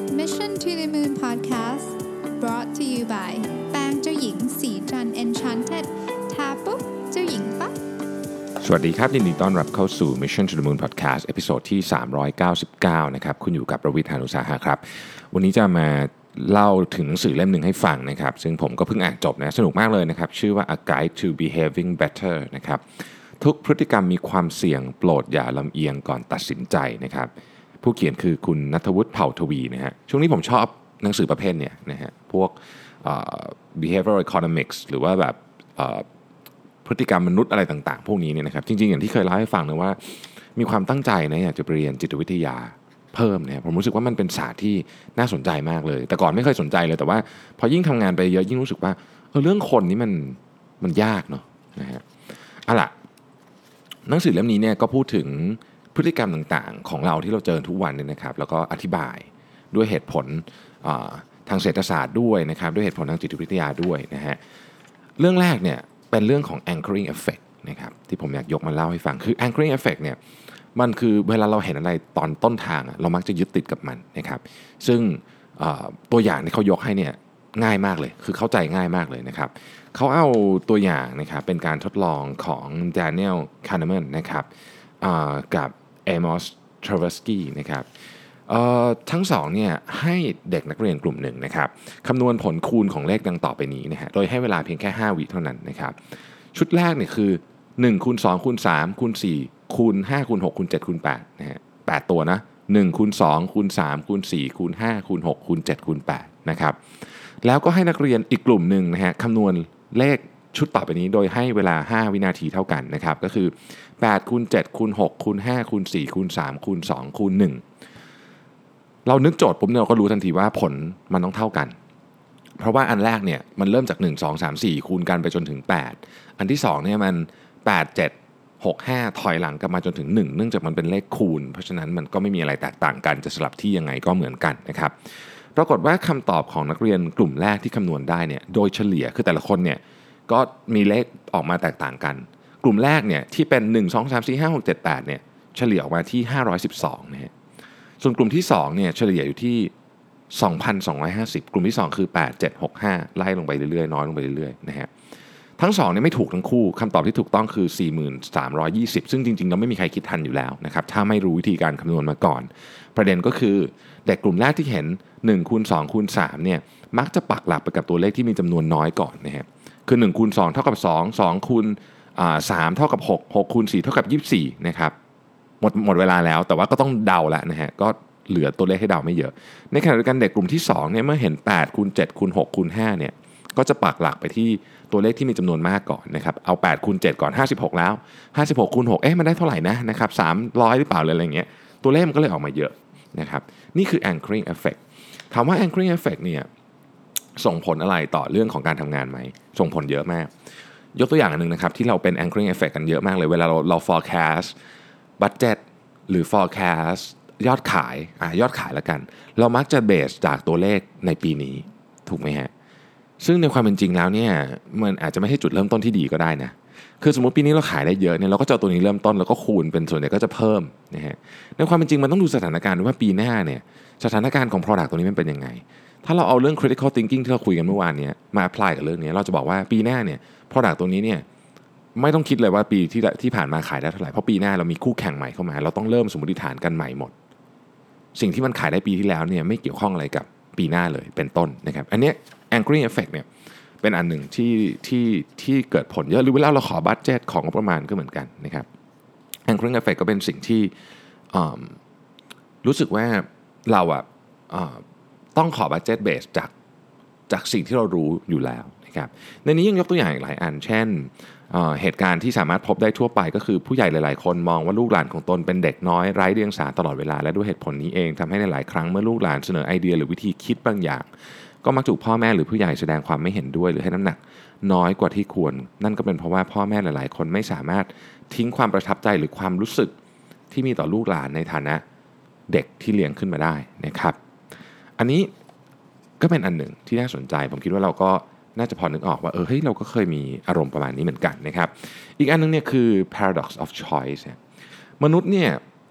Mission to the Moon Podcast brought to you by แปรงเจ้าหญิงสีจัน Enchanted ทาปุ๊บเจ้าหญิงปั๊บสวัสดีครับยินดีต้อนรับเข้าสู่ Mission to the Moon Podcast เอพิโซดที่399นะครับคุณอยู่กับประวิทย์ หาญอุตสาหะครับวันนี้จะมาเล่าถึงหนังสือเล่มหนึ่งให้ฟังนะครับซึ่งผมก็เพิ่งอ่านจบนะสนุกมากเลยนะครับชื่อว่า A Guide to Behaving Better นะครับทุกพฤติกรรมมีความเสี่ยงโปรดอย่าลำเอียงก่อนตัดสินใจนะครับผู้เขียนคือคุณณัฐวุฒิเผ่าทวีนะฮะช่วงนี้ผมชอบหนังสือประเภทเนี่ยนะฮะพวกbehavioral economics หรือว่าแบบพฤติกรรมมนุษย์อะไรต่างๆพวกนี้เนี่ยนะครับจริงๆอย่างที่เคยเล่าให้ฟังนะว่ามีความตั้งใจนะอยากจะไปเรียนจิตวิทยาเพิ่มเนี่ยผมรู้สึกว่ามันเป็นศาสตร์ที่น่าสนใจมากเลยแต่ก่อนไม่เคยสนใจเลยแต่ว่าพอยิ่งทำงานไปเยอะยิ่งรู้สึกว่าเรื่องคนนี้มันยากเนาะนะฮะเอาล่ะหนังสือเล่มนี้เนี่ยก็พูดถึงพฤติกรรมต่างๆของเราที่เราเจอทุกวันเนี่ยนะครับแล้วก็อธิบายด้วยเหตุผลทางเศรษฐศาสตร์ด้วยนะครับด้วยเหตุผลทางจิตวิทยาด้วยนะฮะเรื่องแรกเนี่ยเป็นเรื่องของ anchoring effect นะครับที่ผมอยากยกมาเล่าให้ฟังคือ anchoring effect เนี่ยมันคือเวลาเราเห็นอะไรตอนต้นทางเรามักจะยึดติดกับมันนะครับซึ่งตัวอย่างที่เขายกให้เนี่ยง่ายมากเลยคือเข้าใจง่ายมากเลยนะครับเขาเอาตัวอย่างนะครับเป็นการทดลองของ Daniel Kahneman นะครับกับ Amos Tversky นะครับทั้งสองเนี่ยให้เด็กนักเรียนกลุ่มหนึ่งนะครับคำนวณผลคูณของเลขดังต่อไปนี้นะฮะโดยให้เวลาเพียงแค่5วิเท่านั้นนะครับชุดแรกเนี่ยคือ1คูณ2คูณ3คูณ4คูณ5คูณ6คูณ7คูณ8นะฮะ8ตัวนะ1คูณ2คูณ3คูณ4คูณ5คูณ6คูณ7คูณ8นะครับแล้วก็ให้นักเรียนอีกกลุ่มหนึ่งนะฮะคำนวณเลขชุดต่อไปนี้โดยให้เวลา5วินาทีเท่ากันนะครับก็คือ8คูณ7คูณ6คูณ5คูณ4คูณ3คูณ2คูณ1เรานึกโจทย์ปุ๊บเนี่ยเราก็รู้ทันทีว่าผลมันต้องเท่ากันเพราะว่าอันแรกเนี่ยมันเริ่มจาก1 2 3 4คูณกันไปจนถึง8อันที่2เนี่ยมัน8 7 6 5ถอยหลังกลับมาจนถึง1เนื่องจากมันเป็นเลขคูณเพราะฉะนั้นมันก็ไม่มีอะไรแตกต่างกันจะสลับที่ยังไงก็เหมือนกันนะครับปรากฏว่าคำตอบของนักเรียนกลุ่มแรกที่คำนวณได้เนี่ยโดยเฉลี่ยคือแต่ละคนเนี่ยก็มีเลขออกมาแตกต่างกันกลุ่มแรกเนี่ยที่เป็น1 2 3 4 5 6 7 8เนี่ยเฉลี่ยออกมาที่512นะฮะส่วนกลุ่มที่2เนี่ยเฉลี่ยอยู่ที่ 2,250 กลุ่มที่2คือ8 7 6 5ไล่ลงไปเรื่อยๆน้อยลงไปเรื่อยๆนะฮะทั้ง2เนี่ยไม่ถูกทั้งคู่คำตอบที่ถูกต้องคือ 4,320 ซึ่งจริงๆเราไม่มีใครคิดทันอยู่แล้วนะครับถ้าไม่รู้วิธีการคำนวณมาก่อนประเด็นก็คือเด็กกลุ่มแรกที่เห็น1คูณ2คูณ3เนี่ยมักจะปักหลักไปกับตัวเลขที่มีจำนวนน้อยก่อนนะฮะคือ1คูณ2เท่ากับ2 2คูณ3เท่ากับ6 6คูณ4เท่ากับ24นะครับหมดเวลาแล้วแต่ว่าก็ต้องเดาแล้วนะฮะก็เหลือตัวเลขให้เดาไม่เยอะในขณะเดียวกันเด็กกลุ่มที่2เนี่ยเมื่อเห็น8คูณ7คูณ6คูณ5เนี่ยก็จะปักหลักไปที่ตัวเลขที่มีจำนวนมากก่อนนะครับเอา8คูณ7ก่อน56แล้ว56คูณ6มันได้เท่าไหร่นะครับ300หรือเปล่าอะไรอย่างเงี้ยตัวเลขมันก็เลยออกมาเยอะนะครับนี่คือ anchoring effect ถามว่า anchoring effect เนี่ยส่งผลอะไรต่อเรื่องของการทำงานไหมส่งผลเยอะมากยกตัวอย่างอันนึงนะครับที่เราเป็น anchoring effect กันเยอะมากเลยเวลาเรา forecast budget หรือ forecast ยอดขายแล้วกันเรามักจะเบสจากตัวเลขในปีนี้ถูกไหมฮะซึ่งในความเป็นจริงแล้วเนี่ยมันอาจจะไม่ใช่จุดเริ่มต้นที่ดีก็ได้นะคือสมมติปีนี้เราขายได้เยอะเนี่ยเราก็จะเอาตัวนี้เริ่มต้นแล้วก็คูณเป็นส่วนใหญ่ก็จะเพิ่มนะฮะในความเป็นจริงมันต้องดูสถานการณ์ว่าปีหน้าเนี่ยสถานการณ์ของ product ตัวนี้มันเป็นยังไงถ้าเราเอาเรื่อง critical thinking ที่เราคุยกันเมื่อวานนี้มา apply กับเรื่องนี้เราจะบอกว่าปีหน้าเนี่ย product ตัวนี้เนี่ยไม่ต้องคิดเลยว่าปีที่ผ่านมาขายได้เท่าไหร่เพราะปีหน้าเรามีคู่แข่งใหม่เข้ามาเราต้องเริ่มสมมติฐานกันใหม่หมดสิ่งที่มันขายได้ปีที่แล้วเนี่ยไม่เกี่ยวข้องอะไรกับปีหน้าเลยเป็นต้นนะครับอันนี้ anchoring effect เนี่ยเป็นอันหนึ่งที่เกิดผลเยอะหรือเวลาเราขอบัดเจ็ตของงบประมาณก็เหมือนกันนะครับ anchoring effect ก็เป็นสิ่งที่รู้สึกว่าเราต้องขอบัดเจ็ตเบสจากสิ่งที่เรารู้อยู่แล้วนะครับในนี้ยังยกตัวอย่างอีกหลายอันเช่นเหตุการณ์ที่สามารถพบได้ทั่วไปก็คือผู้ใหญ่หลายๆคนมองว่าลูกหลานของตนเป็นเด็กน้อยไร้เดียงสาตลอดเวลาและด้วยเหตุผลนี้เองทำให้ในหลายครั้งเมื่อลูกหลานเสนอไอเดียหรือวิธีคิดบางอย่างก็มักถูกพ่อแม่หรือผู้ใหญ่แสดงความไม่เห็นด้วยหรือให้น้ำหนักน้อยกว่าที่ควรนั่นก็เป็นเพราะว่าพ่อแม่หลายๆคนไม่สามารถทิ้งความประทับใจหรือความรู้สึกที่มีต่อลูกหลานในฐานะเด็กที่เลี้ยงขึ้นมาได้นะครับอันนี้ก็เป็นอันหนึ่งที่น่าสนใจผมคิดว่าเราก็น่าจะพอนึกออกว่าเฮ้ยเราก็เคยมีอารมณ์ประมาณนี้เหมือนกันนะครับอีกอันนึงเนี่ยคือ paradox of choice มนุษย์เนี่ย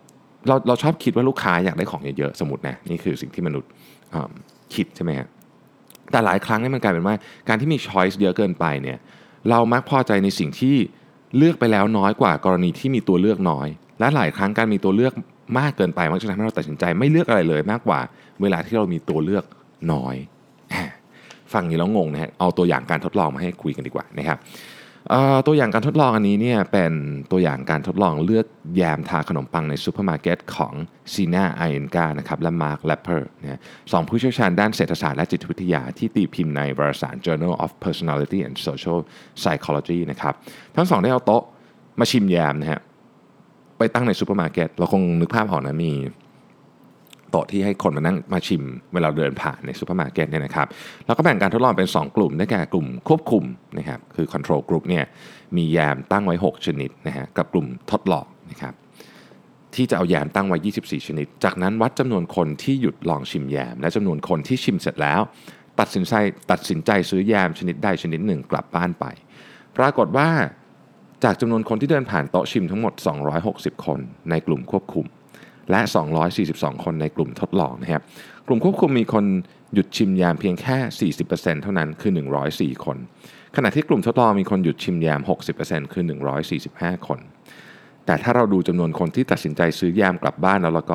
เราชอบคิดว่าลูกค้าอยากได้ของเยอะๆสมมุตินะนี่คือสิ่งที่มนุษย์คิดใช่ไหมฮะแต่หลายครั้งเนี่ยมันกลายเป็นว่าการที่มี choice เยอะเกินไปเนี่ยเรามักพอใจในสิ่งที่เลือกไปแล้วน้อยกว่ากรณีที่มีตัวเลือกน้อยและหลายครั้งการมีตัวเลือกมากเกินไปมักจะทำให้เราตัดสินใจไม่เลือกอะไรเลยมากกว่าเวลาที่เรามีตัวเลือกน้อยฟังนี้แล้วงงนะฮะเอาตัวอย่างการทดลองมาให้คุยกันดีกว่านะครับตัวอย่างการทดลองอันนี้เนี่ยเป็นตัวอย่างการทดลองเลือกแยมทาขนมปังในซูเปอร์มาร์เก็ตของซีน่าไอเอนกานะครับและมาร์คแลปเปอร์นะสองผู้เชี่ยวชาญด้านเศรษฐศาสตร์และจิตวิทยาที่ตีพิมพ์ในวารสาร Journal of Personality and Social Psychology นะครับทั้งสองได้เอาโต๊ะมาชิมแยมนะฮะไปตั้งในซูเปอร์มาร์เก็ตเราคงนึกภาพออกนะมีโต๊ะที่ให้คนมานั่งมาชิมเวลาเดินผ่านในซูเปอร์มาร์เก็ตเนี่ยนะครับแล้วก็แบ่งการทดลองเป็น2กลุ่มได้แก่กลุ่มควบคุมนะครับคือ control group เนี่ยมีแยมตั้งไว้6ชนิดนะฮะกับกลุ่มทดลองนะครับที่จะเอาแยมตั้งไว้24ชนิดจากนั้นวัดจำนวนคนที่หยุดลองชิมแยมและจำนวนคนที่ชิมเสร็จแล้วตัดสินใจซื้อแยมชนิดใดชนิดหนึ่งกลับบ้านไปปรากฏว่าจากจำนวนคนที่เดินผ่านโต๊ะชิมทั้งหมด260คนในกลุ่มควบคุมและ242คนในกลุ่มทดลองนะครับกลุ่มควบคุมมีคนหยุดชิมแยมเพียงแค่ 40% เท่านั้นคือ104คนขณะที่กลุ่มทดลองมีคนหยุดชิมแยม 60% คือ145คนแต่ถ้าเราดูจำนวนคนที่ตัดสินใจซื้อแยมกลับบ้านแล้วก็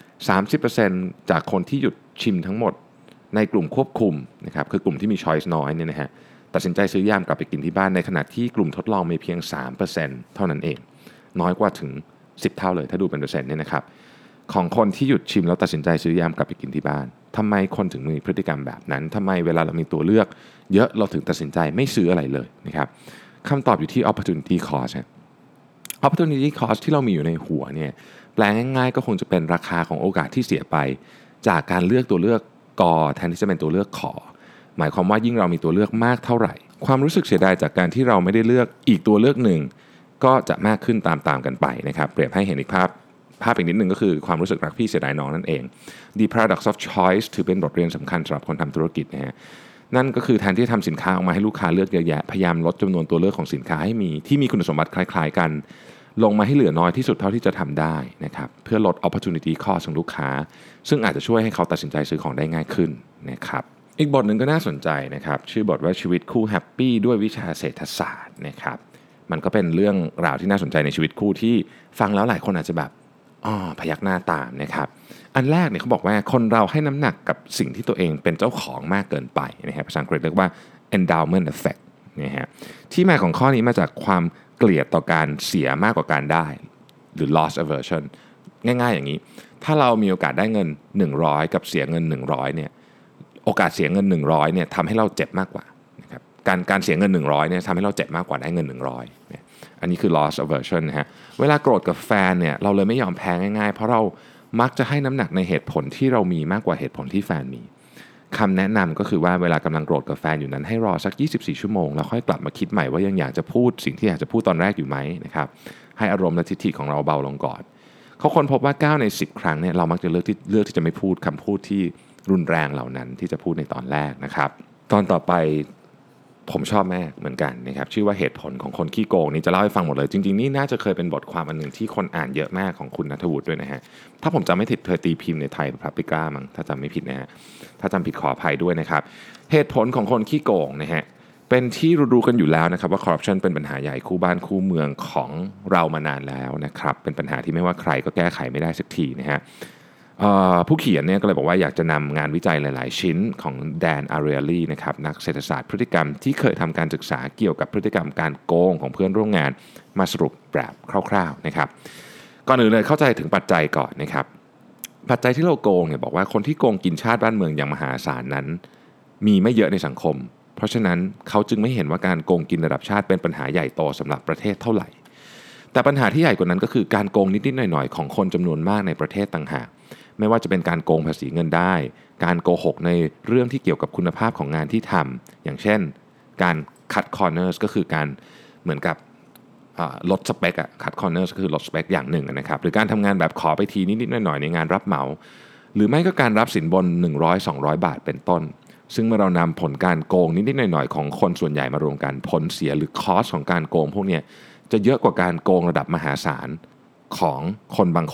30% จากคนที่หยุดชิมทั้งหมดในกลุ่มควบคุมนะครับคือกลุ่มที่มี choice น้อยเนี่ยนะฮะตัดสินใจซื้อแยมกลับไปกินที่บ้านในขณะที่กลุ่มทดลองมีเพียง 3% เท่านั้นเองน้อยกว่าถึง10 เท่าเลยถ้าดูเป็นเปอร์เซ็นต์เนี่ยนะครับของคนที่หยุดชิมแล้วตัดสินใจซื้อแยมกลับไปกินที่บ้านทำไมคนถึงมีพฤติกรรมแบบนั้นทำไมเวลาเรามีตัวเลือกเยอะเราถึงตัดสินใจไม่ซื้ออะไรเลยนะครับคำตอบอยู่ที่ opportunity cost opportunity cost ที่เรามีอยู่ในหัวเนี่ยแปลง่ายๆก็คงจะเป็นราคาของโอกาสที่เสียไปจากการเลือกตัวเลือกกแทนที่จะเป็นตัวเลือกขอหมายความว่ายิ่งเรามีตัวเลือกมากเท่าไหร่ความรู้สึกเสียดายจากการที่เราไม่ได้เลือกอีกตัวเลือกหนึ่งก็จะมากขึ้นตามกันไปนะครับเปรียบให้เห็นอีกภาพอีกนิดนึงก็คือความรู้สึกรักพี่เสียดายน้องนั่นเอง The paradox of choice ถือเป็นบทเรียนสำคัญสำหรับคนทำธุรกิจนะฮะนั่นก็คือแทนที่จะทำสินค้าออกมาให้ลูกค้าเลือกเยอะแยะพยายามลดจำนวนตัวเลือกของสินค้าให้มีที่มีคุณสมบัติคล้ายๆกันลงมาให้เหลือน้อยที่สุดเท่าที่จะทำได้นะครับเพื่อลด opportunity cost ของลูกค้าซึ่งอาจจะช่วยให้เขาตัดสินใจซื้อของได้ง่ายขึ้นนะครับอีกบทหนึ่งก็น่าสนใจนะครับชื่อบทว่าชีวิตคู่แฮปปี้ด้วยวิชาเศรษฐศาสตร์นะครับมันก็เป็นเรื่องราวที่น่าสนใจในชีวิตคู่ที่ฟังแล้วหลายคนอาจจะแบบพยักหน้าตามนะครับอันแรกเนี่ยเขาบอกว่าคนเราให้น้ำหนักกับสิ่งที่ตัวเองเป็นเจ้าของมากเกินไปนะครับภาษาอังกฤษเรียกว่า endowment effect นะฮะที่มาของข้อนี้มาจากความเกลียดต่อการเสียมากกว่าการได้หรือ loss aversion ง่ายๆอย่างนี้ถ้าเรามีโอกาสได้เงิน100กับเสียเงิน100เนี่ยโอกาสเสียเงิน100เนี่ยทำให้เราเจ็บมากกว่านะครับการเสียเงิน100เนี่ยทำให้เราเจ็บมากกว่าได้เงิน100เนี่ยอันนี้คือ loss aversion นะฮะเวลาโกรธกับแฟนเนี่ยเราเลยไม่ยอมแพ้ง่ายๆเพราะเรามักจะให้น้ำหนักในเหตุผลที่เรามีมากกว่าเหตุผลที่แฟนมีคำแนะนำก็คือว่าเวลากำลังโกรธกับแฟนอยู่นั้นให้รอสัก24ชั่วโมงแล้วค่อยกลับมาคิดใหม่ว่ายังอยากจะพูดสิ่งที่อยากจะพูดตอนแรกอยู่ไหมนะครับให้อารมณ์และทิฐิของเราเบาลงก่อนเขาค้นพบว่า9ใน10ครั้งเนี่ยเรามักจะเลือกที่จะไม่พูดคำพูดที่รุนแรงเหล่านั้นที่จะพูดในตอนแรกนะครับตอนต่อไปผมชอบมากเหมือนกันนะครับชื่อว่าเหตุผลของคนขี้โกงนี่จะเล่าให้ฟังหมดเลยจริงๆนี่น่าจะเคยเป็นบทความอันหนึ่งที่คนอ่านเยอะมากของคุณณัฐวุฒิด้วยนะฮะถ้าผมจำไม่ผิดเคยตีพิมพ์ในไทยพับลิก้ามั้งถ้าจำไม่ผิดนะฮะถ้าจำผิดขออภัยด้วยนะครับเหตุผลของคนขี้โกงนะฮะเป็นที่รู้กันอยู่แล้วนะครับว่าคอร์รัปชันเป็นปัญหาใหญ่คู่บ้านคู่เมืองของเรามานานแล้วนะครับเป็นปัญหาที่ไม่ว่าใครก็แก้ไขไม่ได้สักทีนะฮะผู้เขียนเนี่ยก็เลยบอกว่าอยากจะนำงานวิจัยหลายๆชิ้นของแดนอารีลีนะครับนักเศรษฐศาสตร์พฤติกรรมที่เคยทำการศึกษาเกี่ยวกับพฤติกรรมการโกงของเพื่อนร่วมงานมาสรุปแบบคร่าวๆนะครับก่อนอื่นเลยเข้าใจถึงปัจจัยก่อนนะครับปัจจัยที่เราโกงเนี่ยบอกว่าคนที่โกงกินชาติบ้านเมืองอย่างมหาศาลนั้นมีไม่เยอะในสังคมเพราะฉะนั้นเขาจึงไม่เห็นว่าการโกงกินระดับชาติเป็นปัญหาใหญ่โตสำหรับประเทศเท่าไหร่แต่ปัญหาที่ใหญ่กว่านั้นก็คือการโกงนิดๆหน่อยๆของคนจำนวนมากในประเทศต่างหากไม่ว่าจะเป็นการโกงภาษีเงินได้การโกหกในเรื่องที่เกี่ยวกับคุณภาพของงานที่ทำอย่างเช่นการ cut corners ก็คือการเหมือนกับลดสเปคcut corners ก็คือลดสเปคอย่างหนึ่งนะครับหรือการทำงานแบบขอไปทีนิดๆหน่อยๆในงานรับเหมาหรือไม่ก็การรับสินบน 100-200 บาทเป็นต้นซึ่งเมื่อเรานำผลการโกงนิดๆหน่อยๆของคนส่วนใหญ่มารวมกันผลเสียหรือคอสของการโกงพวกนี้จะเยอะกว่าการโกงระดับมหาศาลของคนบางคน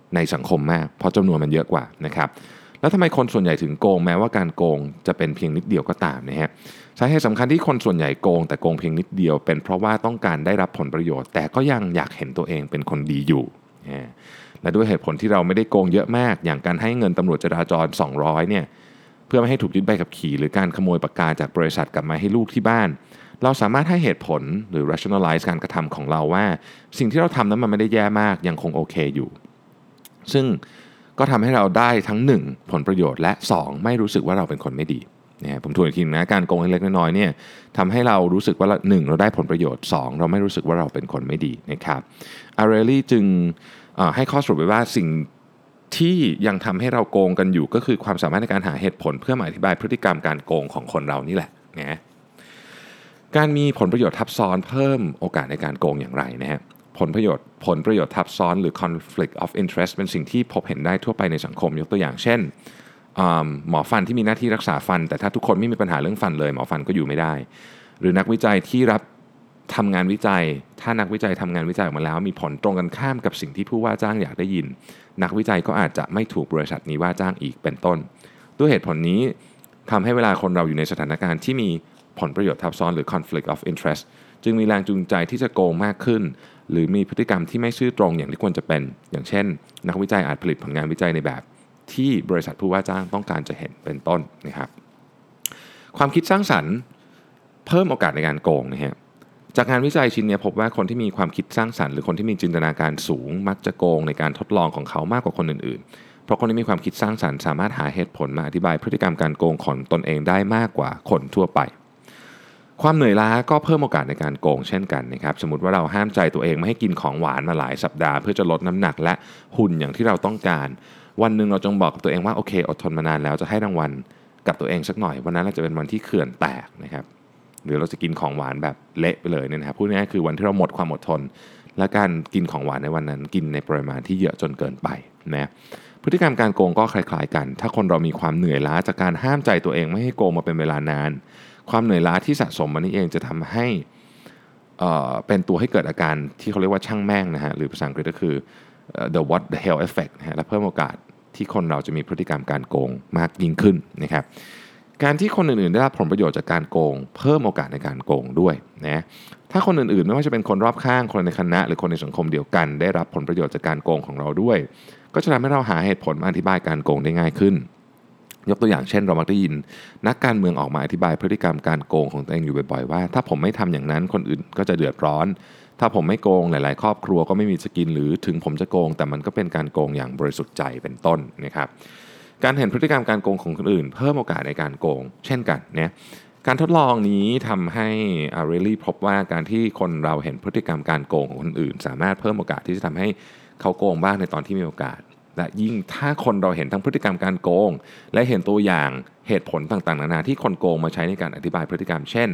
ในสังคมมากเพราะจำนวนมันเยอะกว่านะครับแล้วทำไมคนส่วนใหญ่ถึงโกงแม้ว่าการโกงจะเป็นเพียงนิดเดียวก็ตามนะฮะสาเหตุสำคัญที่คนส่วนใหญ่โกงแต่โกงเพียงนิดเดียวเป็นเพราะว่าต้องการได้รับผลประโยชน์แต่ก็ยังอยากเห็นตัวเองเป็นคนดีอยู่และด้วยเหตุผลที่เราไม่ได้โกงเยอะมากอย่างการให้เงินตำรวจจราจร200เนี่ยเพื่อไม่ให้ถูกยึดใบขับขี่หรือการขโมยปากกาจากบริษัทกลับมาให้ลูกที่บ้านเราสามารถให้เหตุผลหรือ rationalize การกระทำของเราว่าสิ่งที่เราทำนั้นมันไม่ได้แย่มากยังคงโอเคอยู่ซึ่งก็ทำให้เราได้ทั้ง1ผลประโยชน์และ2ไม่รู้สึกว่าเราเป็นคนไม่ดีนะผมทวนอีกทีนะการโกงเล็กๆน้อยๆเนี่ยทำให้เรารู้สึกว่า1เราได้ผลประโยชน์2เราไม่รู้สึกว่าเราเป็นคนไม่ดีนะครับอาเรลลี่จึงให้ข้อสรุปไว้ว่าสิ่งที่ยังทำให้เราโกงกันอยู่ก็คือความสามารถในการหาเหตุผลเพื่อมาอธิบายพฤติกรรมการโกงของคนเรานี่แหละนะการมีผลประโยชน์ทับซ้อนเพิ่มโอกาสในการโกงอย่างไรนะฮะผลประโยชน์ทับซ้อนหรือ conflict of interest เป็นสิ่งที่พบเห็นได้ทั่วไปในสังคมยกตัวอย่างเช่นหมอฟันที่มีหน้าที่รักษาฟันแต่ถ้าทุกคนไม่มีปัญหาเรื่องฟันเลยหมอฟันก็อยู่ไม่ได้หรือนักวิจัยที่รับทำงานวิจัยถ้านักวิจัยทำงานวิจัยออกมาแล้วมีผลตรงกันข้ามกับสิ่งที่ผู้ว่าจ้างอยากได้ยินนักวิจัยก็อาจจะไม่ถูกบริษัทนี้ว่าจ้างอีกเป็นต้นด้วยเหตุผลนี้ทำให้เวลาคนเราอยู่ในสถานการณ์ที่มีผลประโยชน์ทับซ้อนหรือ conflict of interest จึงมีแรงจูงใจที่จะโกงมากขึ้นหรือมีพฤติกรรมที่ไม่ซื่อตรงอย่างที่ควรจะเป็นอย่างเช่นนักวิจัยอาจผลิตผลงานวิจัยในแบบที่บริษัทผู้ว่าจ้างต้องการจะเห็นเป็นต้นนะครับความคิดสร้างสรรค์เพิ่มโอกาสในการโกงนะฮะจากงานวิจัยชิ้นนี้พบว่าคนที่มีความคิดสร้างสรรค์หรือคนที่มีจินตนาการสูงมักจะโกงในการทดลองของเขามากกว่าคนอื่นๆเพราะคนที่มีความคิดสร้างสรรค์สามารถหาเหตุผลมาอธิบายพฤติกรรมการโกงของตนเองได้มากกว่าคนทั่วไปความเหนื่อยล้าก็เพิ่มโอกาสในการโกงเช่นกันนะครับสมมุติว่าเราห้ามใจตัวเองไม่ให้กินของหวานมาหลายสัปดาห์เพื่อจะลดน้ำหนักและหุ่นอย่างที่เราต้องการวันหนึ่งเราจงบอกกับตัวเองว่าโอเคอดทนมานานแล้วจะให้รางวัลกับตัวเองสักหน่อยวันนั้นเราจะเป็นวันที่เขื่อนแตกนะครับหรือเราจะกินของหวานแบบเละไปเลยเนี่ยนะครับพูดง่ายๆคือวันที่เราหมดความอดทนและการกินของหวานในวันนั้นกินในปริมาณที่เยอะจนเกินไปนะพฤติกรรมการโกงก็คล้ายๆกันถ้าคนเรามีความเหนื่อยล้าจากการห้ามใจตัวเองไม่ให้โกงมาเป็นเวลานานความเหนื่อยล้าที่สะสมมานี่เองจะทำให้เป็นตัวให้เกิดอาการที่เขาเรียกว่าช่างแม่งนะฮะหรือภาษาอังกฤษก็คือ the what the hell effect นะฮะและเพิ่มโอกาสที่คนเราจะมีพฤติกรรมการโกงมากยิ่งขึ้นนะครับการที่คนอื่นๆได้รับผลประโยชน์จากการโกงเพิ่มโอกาสในการโกงด้วยนะถ้าคนอื่นๆไม่ว่าจะเป็นคนรอบข้างคนในคณะหรือคนในสังคมเดียวกันได้รับผลประโยชน์จากการโกงของเราด้วยก็จะทำให้เราหาเหตุผลมาอธิบายการโกงได้ง่ายขึ้นยกตัวอย่างเช่นเรามักได้ยินนักการเมืองออกมาอธิบายพฤติกรรมการโกงของตัวเองอยู่บ่อยๆว่าถ้าผมไม่ทำอย่างนั้นคนอื่นก็จะเดือดร้อนถ้าผมไม่โกงหลายๆครอบครัวก็ไม่มีจะกินหรือถึงผมจะโกงแต่มันก็เป็นการโกงอย่างบริสุทธิ์ใจเป็นต้นนะครับการเห็นพฤติกรรมการโกงของคนอื่นเพิ่มโอกาสในการโกงเช่นกันเนี่ยการทดลองนี้ทำให้อาเรลลี่พบว่าการที่คนเราเห็นพฤติกรรมการโกงของคนอื่นสามารถเพิ่มโอกาสที่จะทำให้เขาโกงบ้างในตอนที่มีโอกาสและยิ่งถ้าคนเราเห็นทั้งพฤติกรรมการโกงและเห็นตัวอย่างเหตุผลต่างๆนานาที่คนโกงมาใช้ในการอธิบายพฤติกรรมเช่น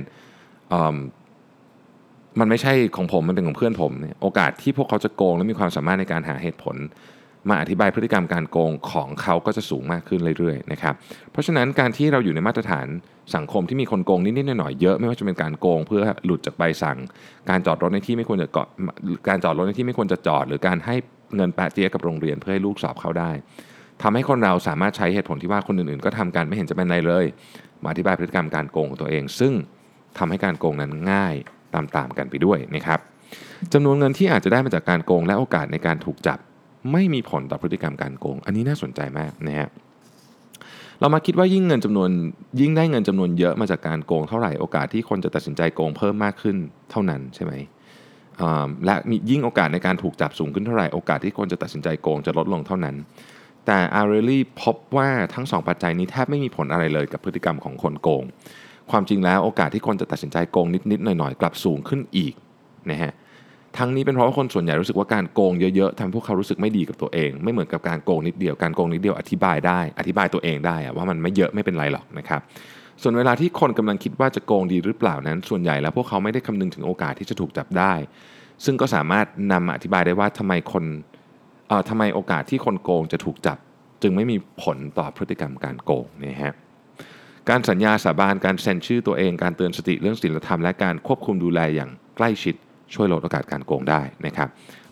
มันไม่ใช่ของผมมันเป็นของเพื่อนผมเนี่ยโอกาสที่พวกเขาจะโกงและมีความสามารถในการหาเหตุผลมาอธิบายพฤติกรรมการโกงของเขาก็จะสูงมากขึ้นเรื่อยๆนะครับเพราะฉะนั้นการที่เราอยู่ในมาตรฐานสังคมที่มีคนโกงนิดๆหน่อยๆเยอะไม่ว่าจะเป็นการโกงเพื่อหลุดจากใบสั่งการจอดรถในที่ไม่ควรจะการจอดรถในที่ไม่ควรจะจอดหรือการให้เงินแปะเจี๊ยกับโรงเรียนเพื่อให้ลูกสอบเข้าได้ทำให้คนเราสามารถใช้เหตุผลที่ว่าคนอื่นๆก็ทำกันไม่เห็นจะเป็นไรเลยมาอธิบายพฤติกรรมการโกงของตัวเองซึ่งทำให้การโกงนั้นง่ายตามๆกันไปด้วยนะครับจำนวนเงินที่อาจจะได้มาจากการโกงและโอกาสในการถูกจับไม่มีผลต่อพฤติกรรมการโกงอันนี้น่าสนใจมากนะฮะเรามาคิดว่ายิ่งได้เงินจำนวนเยอะมาจากการโกงเท่าไหร่โอกาสที่คนจะตัดสินใจโกงเพิ่มมากขึ้นเท่านั้นใช่ไหมและมียิ่งโอกาสในการถูกจับสูงขึ้นเท่าไหร่โอกาสที่คนจะตัดสินใจโกงจะลดลงเท่านั้นแต่อาเรลลี่พบว่าทั้ง2ปัจจัยนี้แทบไม่มีผลอะไรเลยกับพฤติกรรมของคนโกงความจริงแล้วโอกาสที่คนจะตัดสินใจโกงนิดๆหน่อยๆกลับสูงขึ้นอีกนะฮะทั้งนี้เป็นเพราะว่าคนส่วนใหญ่รู้สึกว่าการโกงเยอะๆทำให้พวกเขารู้สึกไม่ดีกับตัวเองไม่เหมือนกับการโกงนิดเดียวการโกงนิดเดียวอธิบายตัวเองได้ว่ามันไม่เยอะไม่เป็นไรหรอกนะครับส่วนเวลาที่คนกำลังคิดว่าจะโกงดีหรือเปล่านั้นส่วนใหญ่แล้วพวกเขาไม่ได้คำนึงถึงโอกาสที่จะถูกจับได้ซึ่งก็สามารถนำมาอธิบายได้ว่าทำไมโอกาสที่คนโกงจะถูกจับจึงไม่มีผลต่อพฤติกรรมการโกงนะฮะการสัญญาสาบานการเซ็นชื่อตัวเองการเตือนสติเรื่องศีลธรรมและการควบคุมดูแลอย่างใกล้ชิดช่วยลดโอกาสการโกงได้นะครับพ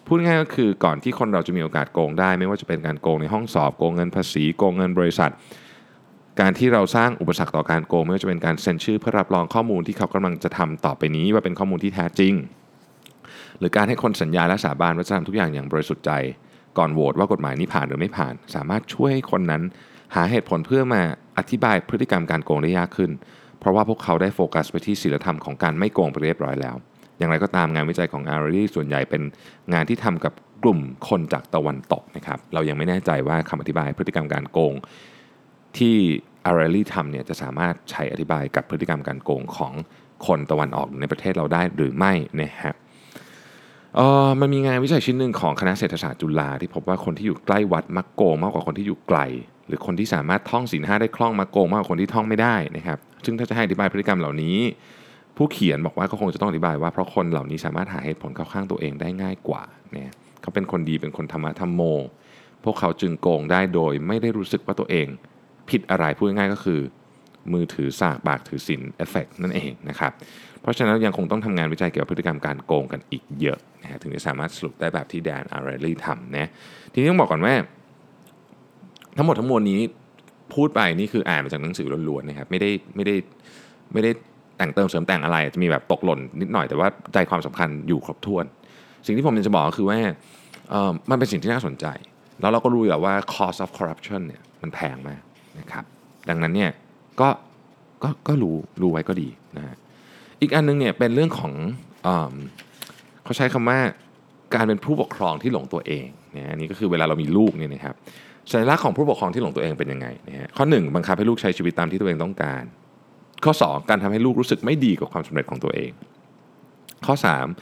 พูดง่ายก็คือก่อนที่คนเราจะมีโอกาสโกงได้ไม่ว่าจะเป็นการโกงในห้องสอบโกงเงินภาษีโกงเงินบริษัทการที่เราสร้างอุปสรรคต่อการโกงไม่ว่าจะเป็นการเซ็นชื่อเพื่อรับรองข้อมูลที่เขากำลังจะทำต่อไปนี้ว่าเป็นข้อมูลที่แท้จริงหรือการให้คนสัญญาและสาบานว่าจะทำทุกอย่างอย่างบริสุทธิ์ใจก่อนโหวตว่ากฎหมายนี้ผ่านหรือไม่ผ่านสามารถช่วยให้คนนั้นหาเหตุผลเพื่อมาอธิบายพฤติกรรมการโกงได้ยากขึ้นเพราะว่าพวกเขาได้โฟกัสไปที่ศีลธรรมของการไม่โกงไปเรียบร้อยแล้วอย่างไรก็ตามงานวิจัยของ Arely ส่วนใหญ่เป็นงานที่ทำกับกลุ่มคนจากตะวันตกนะครับเรายังไม่แน่ใจว่าคำอธิบายพฤติกรรมการโกงที่ Arely ทำเนี่ยจะสามารถใช้อธิบายกับพฤติกรรมการโกงของคนตะวันออกในประเทศเราได้หรือไม่นะฮะมันมีงานวิจัยชิ้นหนึ่งของคณะเศรษฐศาสตร์จุฬาที่พบว่าคนที่อยู่ใกล้วัดมักโกงมากกว่าคนที่อยู่ไกลหรือคนที่สามารถท่องศีล 5ได้คล่องมักโกงมากกว่าคนที่ท่องไม่ได้นะครับซึ่งถ้าจะให้อธิบายพฤติกรรมเหล่านี้ผู้เขียนบอกว่าก็คงจะต้องอธิบายว่าเพราะคนเหล่านี้สามารถหาเหตุผลเข้าข้างตัวเองได้ง่ายกว่าเนี่ยเขาเป็นคนดีเป็นคนธรรมะธรรมโมพวกเขาจึงโกงได้โดยไม่ได้รู้สึกว่าตัวเองผิดอะไรพูดง่ายๆก็คือมือถือสากปากถือศีลเอฟเฟกต์นั่นเองนะครับเพราะฉะนั้นยังคงต้องทำงานวิจัยเกี่ยวกับพฤติกรรมการโกงกันอีกเยอะนะถึงจะสามารถสรุปได้แบบที่แดน Arely ทำนะทีนี้ต้องบอกก่อนว่าทั้งหมดทั้งมวลนี้พูดไปนี่คืออ่านมาจากหนังสือล้วนๆนะครับไม่ได้แต่งเติมเสริมแต่งอะไรจะมีแบบตกหล่นนิดหน่อยแต่ว่าใจความสำคัญอยู่ครบถ้วนสิ่งที่ผมจะบอกก็คือว่ามันเป็นสิ่งที่น่าสนใจแล้วเราก็รู้อยู่แล้วว่า cost of corruption เนี่ยมันแพงมากนะครับดังนั้นเนี่ยก็รู้ไว้ก็ดีนะฮะอีกอันนึงเนี่ยเป็นเรื่องของเขาใช้คำว่าการเป็นผู้ปกครองที่หลงตัวเองนะนี่ก็คือเวลาเรามีลูกเนี่ยนะครับสัญลักษณ์ของผู้ปกครองที่หลงตัวเองเป็นยังไงนะฮะข้อ1บังคับให้ลูกใช้ชีวิตตามที่ตัวเองต้องการข้อ2การทำให้ลูกรู้สึกไม่ดีกับความสำเร็จของตัวเองข้อ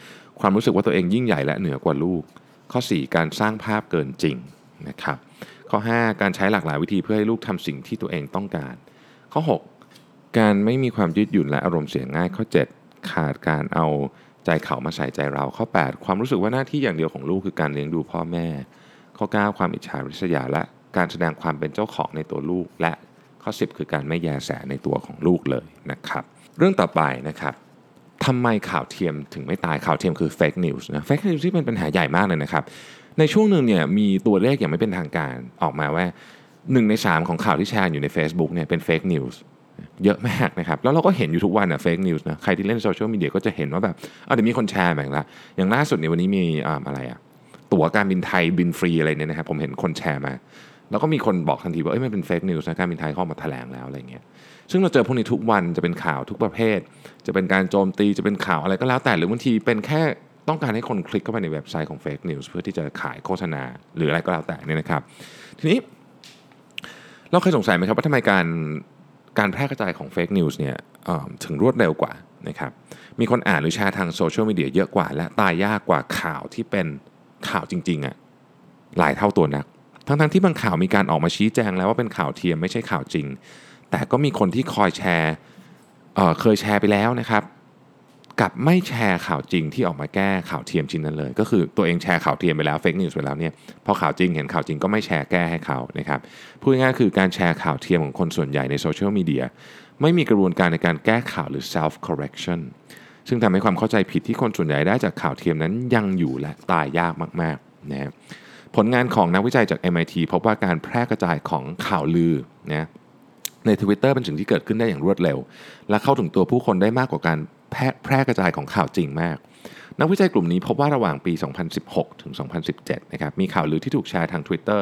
3ความรู้สึกว่าตัวเองยิ่งใหญ่และเหนือกว่าลูกข้อ4การสร้างภาพเกินจริงนะครับข้อ5การใช้หลากหลายวิธีเพื่อให้ลูกทำสิ่งที่ตัวเองต้องการข้อ6การไม่มีความยืดหยุ่นและอารมณ์เสียง่ายข้อ7ขาดการเอาใจเขามาใส่ใจเราข้อ8ความรู้สึกว่าหน้าที่อย่างเดียวของลูกคือการเลี้ยงดูพ่อแม่ข้อ9ความอิจฉาริษยาและการแสดงความเป็นเจ้าของในตัวลูกและข้อ10คือการไม่แยแสในตัวของลูกเลยนะครับเรื่องต่อไปนะครับทำไมข่าวเทียมถึงไม่ตายข่าวเทียมคือ fake news นะ fake news ที่เป็นปัญหาใหญ่มากเลยนะครับในช่วงหนึ่งเนี่ยมีตัวเลขอย่างไม่เป็นทางการออกมาว่า1ใน3ของข่าวที่แชร์อยู่ใน Facebook เนี่ยเป็น fake news เยอะมากนะครับแล้วเราก็เห็นอยู่ทุกวันนะ fake news นะใครที่เล่นโซเชียลมีเดียก็จะเห็นว่าแบบเดี๋ยวมีคนแชร์แบบละอย่างล่าสุดในวันนี้มีอะไรตั๋วการบินไทยบินฟรีอะไรเนี่ยนะครับผมเห็นคนแชร์มาแล้วก็มีคนบอกทันทีว่ามันเป็น fake news นะการบินไทยเข้ามาแถลงแล้วอะไรเงี้ยซึ่งเราเจอพวกนี้ทุกวันจะเป็นข่าวทุกประเภทจะเป็นการโจมตีจะเป็นข่าวอะไรก็แล้วแต่หรือบางทีเป็นแค่ต้องการให้คนคลิกเข้าไปในเว็บไซต์ของ fake news เพื่อที่จะขายโฆษณาหรืออะไรก็แล้วแต่เนี่ยนะครับทีนี้เราเคยสงสัยไหมครับว่าทำไมการแพร่กระจายของ fake news เนี่ยถึงรวดเร็วกว่านะครับมีคนอ่านหรือแชร์ทางโซเชียลมีเดียเยอะกว่าและตายยากกว่าข่าวที่เป็นข่าวจริงๆหลายเท่าตัวนักทั้งที่บางข่าวมีการออกมาชี้แจงแล้วว่าเป็นข่าวเทียมไม่ใช่ข่าวจริงแต่ก็มีคนที่คอยแชร์เคยแชร์ไปแล้วนะครับกับไม่แชร์ข่าวจริงที่ออกมาแก้ข่าวเทียมชิ้นนั้นเลยก็คือตัวเองแชร์ข่าวเทียมไปแล้ว fake news ไปแล้วเนี่ยพอข่าวจริงเห็นข่าวจริงก็ไม่แชร์แก้ให้เขานะครับพูดง่ายๆคือการแชร์ข่าวเทียมของคนส่วนใหญ่ในโซเชียลมีเดียไม่มีกระบวนการในการแก้ข่าวหรือ self correction ซึ่งทำให้ความเข้าใจผิดที่คนส่วนใหญ่ได้จากข่าวเทียมนั้นยังอยู่และตายยากมากๆนะผลงานของนักวิจัยจาก MIT พบว่าการแพร่กระจายของข่าวลือนะใน Twitter เป็นสิ่งที่เกิดขึ้นได้อย่างรวดเร็วและเข้าถึงตัวผู้คนได้มากกว่าการแพร่กระจายของข่าวจริงมากนักวิจัยกลุ่มนี้พบว่าระหว่างปี 2016 ถึง 2017 นะครับมีข่าวลือที่ถูกแชร์ทาง Twitter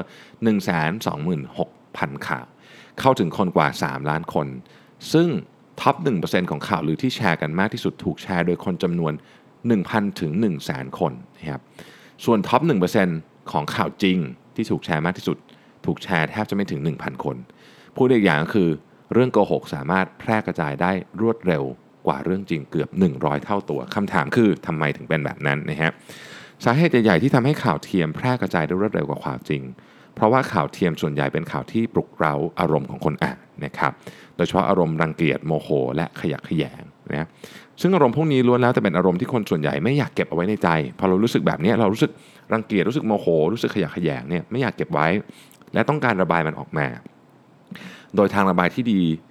126,000 ข่าวเข้าถึงคนกว่า 3 ล้านคนซึ่งท็อป 1% ของข่าวลือที่แชร์กันมากที่สุดถูกแชร์โดยคนจำนวน 1,000 ถึง 100,000 คนนะครับส่วนท็อป 1% ของข่าวจริงที่ถูกแชร์มากที่สุดถูกแชร์แทบจะไม่ถึง 1,000 คนพูดอีกอย่างก็คือเรื่องโกหกสามารถแพร่กระจายได้รวดเร็วกว่าเรื่องจริงเกือบ100เท่าตัวคำถามคือทำไมถึงเป็นแบบนั้นนะฮะสาเหตุใหญ่ๆที่ทำให้ข่าวเทียมแพร่กระจายได้รวดเร็วกว่าข่าวจริงเพราะว่าข่าวเทียมส่วนใหญ่เป็นข่าวที่ปลุกเร้าอารมณ์ของคนอ่านนะครับโดยเฉพาะอารมณ์รังเกียจโมโหและขยะแขยงนะซึ่งอารมณ์พวกนี้ล้วนแล้วแต่เป็นอารมณ์ที่คนส่วนใหญ่ไม่อยากเก็บเอาไว้ในใจพอเรารู้สึกแบบนี้เรารู้สึกรังเกียจรู้สึกโมโหรู้สึกขยะแขยงเนี่ยไม่อยากเก็บไว้และต้องการระบายมันออกมาโดยทางระบายที่ดีแ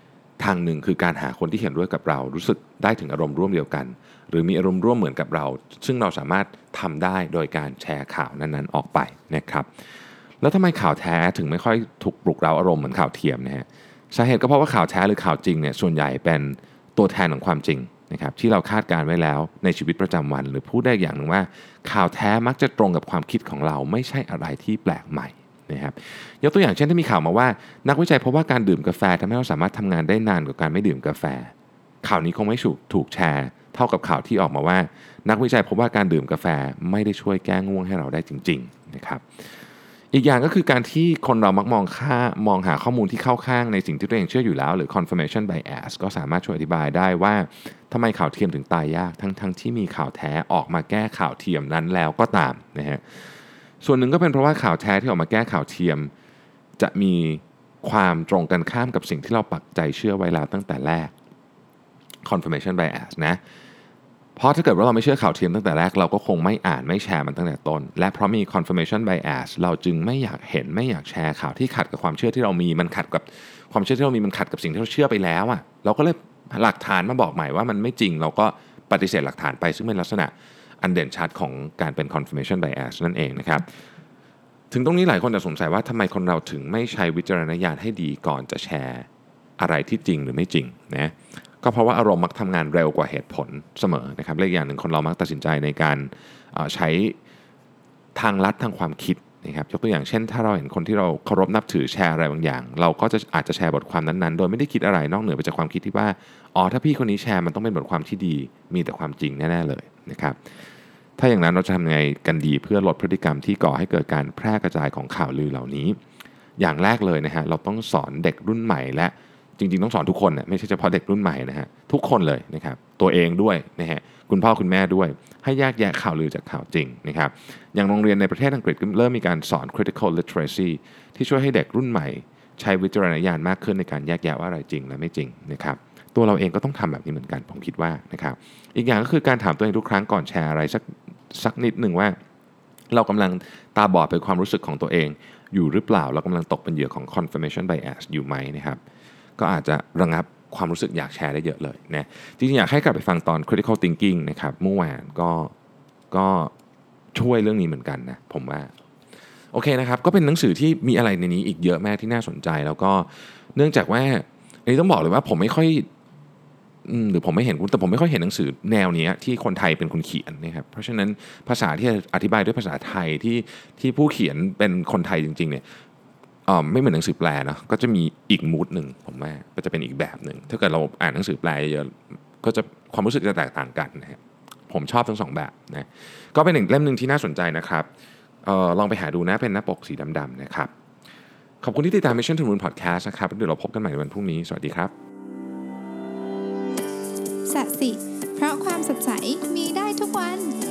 ทางหนึ่งคือการหาคนที่เห็นด้วยกับเรารู้สึกได้ถึงอารมณ์ร่วมเดียวกันหรือมีอารมณ์ร่วมเหมือนกับเราซึ่งเราสามารถทำได้โดยการแชร์ข่าวนั้นๆออกไปนะครับแล้วทำไมข่าวแท้ถึงไม่ค่อยถูกปลุกเร้าอารมณ์เหมือนข่าวเทียมนะฮะสาเหตุก็เพราะว่าข่าวแท้หรือข่าวจริงเนี่ยส่วนใหญ่เป็นตัวแทนของความจริงนะครับที่เราคาดการไว้แล้วในชีวิตประจำวันหรือพูดได้อย่างหนึ่งว่าข่าวแท้มักจะตรงกับความคิดของเราไม่ใช่อะไรที่แปลกใหม่นะครับยกตัวอย่างเช่นที่มีข่าวมาว่านักวิจัยพบว่าการดื่มกาแฟทำให้เราสามารถทำงานได้นานกว่าการไม่ดื่มกาแฟข่าวนี้คงไม่ถูกแชร์เท่ากับข่าวที่ออกมาว่านักวิจัยพบว่าการดื่มกาแฟไม่ได้ช่วยแก้ง่วงให้เราได้จริงๆนะครับอีกอย่างก็คือการที่คนเรามักมองหาข้อมูลที่เข้าข้างในสิ่งที่ตัวเองเชื่ออยู่แล้วหรือ confirmation bias ก็สามารถช่วยอธิบายได้ว่าทำไมข่าวเทียมถึงตายยากทั้งที่มีข่าวแท้ออกมาแก้ข่าวเทียมนั้นแล้วก็ตามนะฮะส่วนหนึ่งก็เป็นเพราะว่าข่าวแท้ที่ออกมาแก้ข่าวเทียมจะมีความตรงกันข้ามกับสิ่งที่เราปักใจเชื่อไว้แล้วตั้งแต่แรก confirmation bias นะเพราะถ้าเกิดว่าเราไม่เชื่อข่าวเทียมตั้งแต่แรกเราก็คงไม่อ่านไม่แชร์มันตั้งแต่ต้นและเพราะมี confirmation bias เราจึงไม่อยากเห็นไม่อยากแชร์ข่าวที่ขัดกับความเชื่อที่เรามีมันขัดกับความเชื่อที่เรามีมันขัดกับสิ่งที่เราเชื่อไปแล้วอ่ะเราก็เลยหลักฐานมาบอกใหม่ว่ามันไม่จริงเราก็ปฏิเสธหลักฐานไปซึ่งเป็นลักษณะอันเด่นชัดของการเป็น confirmation bias นั่นเองนะครับถึงตรงนี้หลายคนจะสงสัยว่าทำไมคนเราถึงไม่ใช้วิจารณญาณให้ดีก่อนจะแชร์อะไรที่จริงหรือไม่จริงนะก็เพราะว่าอารมณ์มักทำงานเร็วกว่าเหตุผลเสมอนะครับและอีกอย่างหนึ่งคนเรามักตัดสินใจในการใช้ทางลัดทางความคิดนะครับยกตัวอย่างเช่นถ้าเราเห็นคนที่เราเคารพนับถือแชร์อะไรบางอย่างเราก็อาจจะแชร์บทความนั้นๆโดยไม่ได้คิดอะไรนอกเหนือไปจากความคิดที่ว่าถ้าพี่คนนี้แชร์มันต้องเป็นบทความที่ดีมีแต่ความจริงแน่ๆเลยนะครับถ้าอย่างนั้นเราจะทำยังไงกันดีเพื่อลดพฤติกรรมที่ก่อให้เกิดการแพร่กระจายของข่าวลือเหล่านี้อย่างแรกเลยนะฮะเราต้องสอนเด็กรุ่นใหม่และจริงๆต้องสอนทุกคนนะไม่ใช่เฉพาะเด็กรุ่นใหม่นะฮะทุกคนเลยนะครับตัวเองด้วยนะฮะคุณพ่อคุณแม่ด้วยให้แยกแยะข่าวลือจากข่าวจริงนะครับอย่างโรงเรียนในประเทศอังกฤษเริ่มมีการสอน critical literacy ที่ช่วยให้เด็กรุ่นใหม่ใช้วิจารณญาณมากขึ้นในการแยกแยะว่าอะไรจริงและไม่จริงนะครับตัวเราเองก็ต้องทำแบบนี้เหมือนกันผมคิดว่านะครับอีกอย่างก็คือการถามตัวเองทุกครั้งก่อนแชร์อะไรสักนิดหนึ่งว่าเรากำลังตาบอดไปความรู้สึกของตัวเองอยู่หรือเปล่าเรากำลังตกเป็นเหยื่อของ confirmation bias อยู่ไหมนะครับก็อาจจะระงับความรู้สึกอยากแชร์ได้เยอะเลยนะจริงๆอยากให้กลับไปฟังตอน critical thinking นะครับเมื่อวานก็ช่วยเรื่องนี้เหมือนกันนะผมว่าโอเคนะครับก็เป็นหนังสือที่มีอะไรในนี้อีกเยอะแม่ที่น่าสนใจแล้วก็เนื่องจากว่าอันนี้ต้องบอกเลยว่าผมไม่ค่อยหรือผมไม่เห็นแต่ผมไม่ค่อยเห็นหนังสือแนวนี้ที่คนไทยเป็นคนเขียนนะครับเพราะฉะนั้นภาษาที่อธิบายด้วยภาษาไทยที่ผู้เขียนเป็นคนไทยจริงๆเนี่ยไม่เหมือนหนังสือแปลนะก็จะมีอีกมูดหนึ่งผมว่าก็จะเป็นอีกแบบหนึ่งถ้าเกิดเราอ่านหนังสือแปลเยอะก็จะความรู้สึกจะแตกต่างกันนะฮะผมชอบทั้งสองแบบนะก็เป็นหนึ่งเล่มหนึ่งที่น่าสนใจนะครับลองไปหาดูนะเป็นหน้าปกสีดำๆนะครับขอบคุณที่ติดตาม Mission to the Moon Podcast นะครับเดี๋ยวเราพบกันใหม่ในวันพรุ่งนี้สวัสดีครับสัสิเพราะความสดใสมีได้ทุกวัน